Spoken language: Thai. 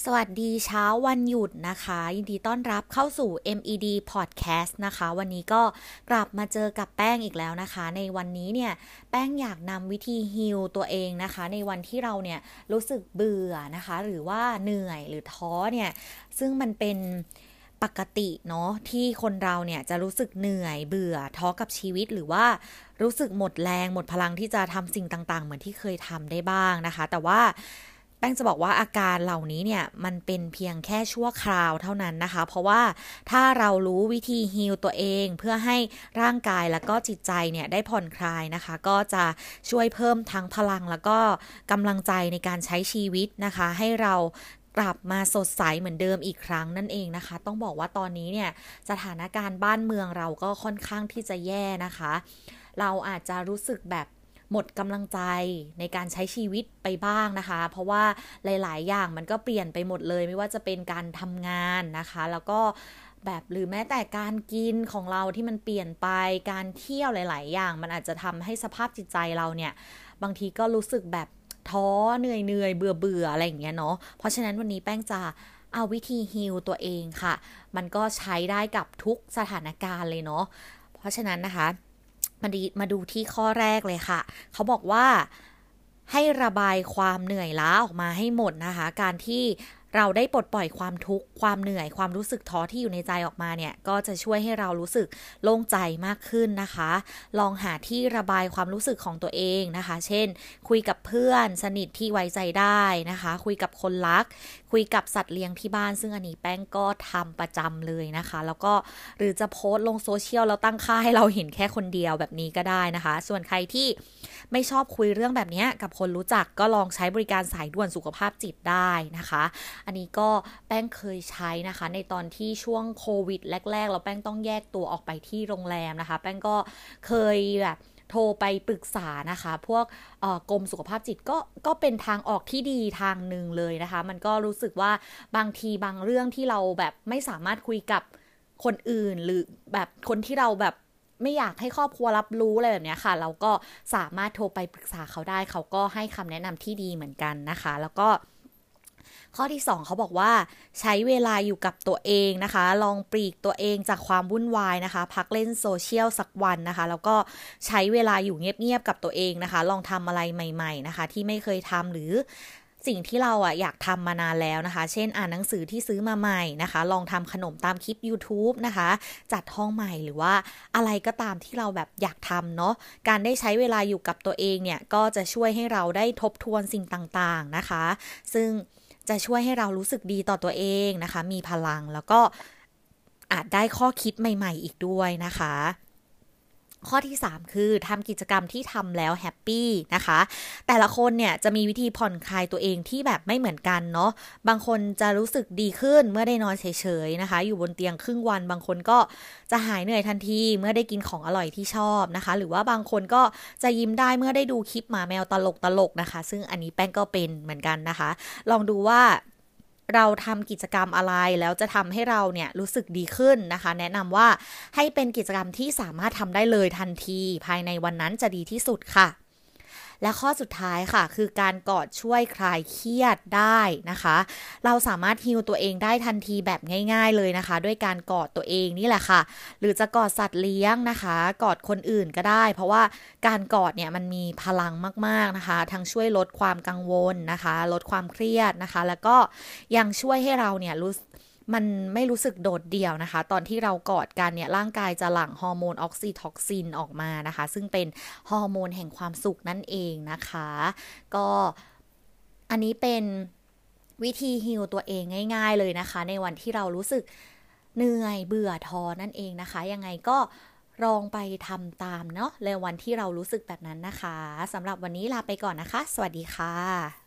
สวัสดีเช้าวันหยุดนะคะยินดีต้อนรับเข้าสู่ MED Podcast นะคะวันนี้ก็กลับมาเจอกับแป้งอีกแล้วนะคะในวันนี้เนี่ยแป้งอยากนำวิธีฮีลตัวเองนะคะในวันที่เราเนี่ยรู้สึกเบื่อนะคะหรือว่าเหนื่อยหรือท้อเนี่ยซึ่งมันเป็นปกติเนาะที่คนเราเนี่ยจะรู้สึกเหนื่อยเบื่อท้อกับชีวิตหรือว่ารู้สึกหมดแรงหมดพลังที่จะทำสิ่งต่างๆเหมือนที่เคยทำได้บ้างนะคะแต่ว่าแป้งจะบอกว่าอาการเหล่านี้เนี่ยมันเป็นเพียงแค่ชั่วคราวเท่านั้นนะคะเพราะว่าถ้าเรารู้วิธีฮีลตัวเองเพื่อให้ร่างกายแล้วก็จิตใจเนี่ยได้ผ่อนคลายนะคะก็จะช่วยเพิ่มทั้งพลังแล้วก็กำลังใจในการใช้ชีวิตนะคะให้เรากลับมาสดใสเหมือนเดิมอีกครั้งนั่นเองนะคะต้องบอกว่าตอนนี้เนี่ยสถานการณ์บ้านเมืองเราก็ค่อนข้างที่จะแย่นะคะเราอาจจะรู้สึกแบบหมดกำลังใจในการใช้ชีวิตไปบ้างนะคะเพราะว่าหลายๆอย่างมันก็เปลี่ยนไปหมดเลยไม่ว่าจะเป็นการทำงานนะคะแล้วก็แบบหรือแม้แต่การกินของเราที่มันเปลี่ยนไปการเที่ยวหลายๆอย่างมันอาจจะทำให้สภาพจิตใจเราเนี่ยบางทีก็รู้สึกแบบท้อเหนื่อยเบื่ออะไรอย่างเงี้ยเนาะเพราะฉะนั้นวันนี้แป้งจะเอาวิธีฮีลตัวเองค่ะมันก็ใช้ได้กับทุกสถานการณ์เลยเนาะเพราะฉะนั้นนะคะมาดูที่ข้อแรกเลยค่ะเขาบอกว่าให้ระบายความเหนื่อยล้าออกมาให้หมดนะคะการที่เราได้ปลดปล่อยความทุกข์ความเหนื่อยความรู้สึกท้อที่อยู่ในใจออกมาเนี่ยก็จะช่วยให้เรารู้สึกโล่งใจมากขึ้นนะคะลองหาที่ระบายความรู้สึกของตัวเองนะคะเช่นคุยกับเพื่อนสนิทที่ไว้ใจได้นะคะคุยกับคนรักคุยกับสัตว์เลี้ยงที่บ้านซึ่งอันนี้แป้งก็ทำประจำเลยนะคะแล้วก็หรือจะโพสต์ลงโซเชียลแล้วตั้งค่าให้เราเห็นแค่คนเดียวแบบนี้ก็ได้นะคะส่วนใครที่ไม่ชอบคุยเรื่องแบบนี้กับคนรู้จักก็ลองใช้บริการสายด่วนสุขภาพจิตได้นะคะอันนี้ก็แป้งเคยใช้นะคะในตอนที่ช่วงโควิดแรกๆแล้วแป้งต้องแยกตัวออกไปที่โรงแรมนะคะแป้งก็เคยแบบโทรไปปรึกษานะคะพวกกรมสุขภาพจิตก็เป็นทางออกที่ดีทางหนึ่งเลยนะคะมันก็รู้สึกว่าบางทีบางเรื่องที่เราแบบไม่สามารถคุยกับคนอื่นหรือแบบคนที่เราแบบไม่อยากให้ครอบครัวรับรู้อะไรแบบนี้ค่ะเราก็สามารถโทรไปปรึกษาเขาได้เขาก็ให้คำแนะนำที่ดีเหมือนกันนะคะแล้วก็ข้อที่2เขาบอกว่าใช้เวลาอยู่กับตัวเองนะคะลองปลีกตัวเองจากความวุ่นวายนะคะพักเล่นโซเชียลสักวันนะคะแล้วก็ใช้เวลาอยู่เงียบๆกับตัวเองนะคะลองทำอะไรใหม่ๆนะคะที่ไม่เคยทำหรือสิ่งที่เราอยากทำมานานแล้วนะคะเช่นอ่านหนังสือที่ซื้อมาใหม่นะคะลองทำขนมตามคลิป YouTube นะคะจัดห้องใหม่หรือว่าอะไรก็ตามที่เราแบบอยากทำเนาะการได้ใช้เวลาอยู่กับตัวเองเนี่ยก็จะช่วยให้เราได้ทบทวนสิ่งต่างๆนะคะซึ่งจะช่วยให้เรารู้สึกดีต่อตัวเองนะคะมีพลังแล้วก็อาจได้ข้อคิดใหม่ๆอีกด้วยนะคะข้อที่3คือทำกิจกรรมที่ทำแล้วแฮปปี้นะคะแต่ละคนเนี่ยจะมีวิธีผ่อนคลายตัวเองที่แบบไม่เหมือนกันเนาะบางคนจะรู้สึกดีขึ้นเมื่อได้นอนเฉยๆนะคะอยู่บนเตียงครึ่งวันบางคนก็จะหายเหนื่อยทันทีเมื่อได้กินของอร่อยที่ชอบนะคะหรือว่าบางคนก็จะยิ้มได้เมื่อได้ดูคลิปหมาแมวตลกๆนะคะซึ่งอันนี้แป้งก็เป็นเหมือนกันนะคะลองดูว่าเราทำกิจกรรมอะไรแล้วจะทำให้เราเนี่ยรู้สึกดีขึ้นนะคะแนะนำว่าให้เป็นกิจกรรมที่สามารถทำได้เลยทันทีภายในวันนั้นจะดีที่สุดค่ะและข้อสุดท้ายค่ะคือการกอดช่วยคลายเครียดได้นะคะเราสามารถฮีลตัวเองได้ทันทีแบบง่ายๆเลยนะคะด้วยการกอดตัวเองนี่แหละค่ะหรือจะกอดสัตว์เลี้ยงนะคะกอดคนอื่นก็ได้เพราะว่าการกอดเนี่ยมันมีพลังมากๆนะคะทั้งช่วยลดความกังวลนะคะลดความเครียดนะคะแล้วก็ยังช่วยให้เราเนี่ยมันไม่รู้สึกโดดเดี่ยวนะคะตอนที่เรากอดกันเนี่ยร่างกายจะหลั่งฮอร์โมนออกซิโทซินออกมานะคะซึ่งเป็นฮอร์โมนแห่งความสุขนั่นเองนะคะก็อันนี้เป็นวิธีฮีลตัวเองง่ายๆเลยนะคะในวันที่เรารู้สึกเหนื่อยเบื่อท้อนั่นเองนะคะยังไงก็ลองไปทำตามเนาะในวันที่เรารู้สึกแบบนั้นนะคะสำหรับวันนี้ลาไปก่อนนะคะสวัสดีค่ะ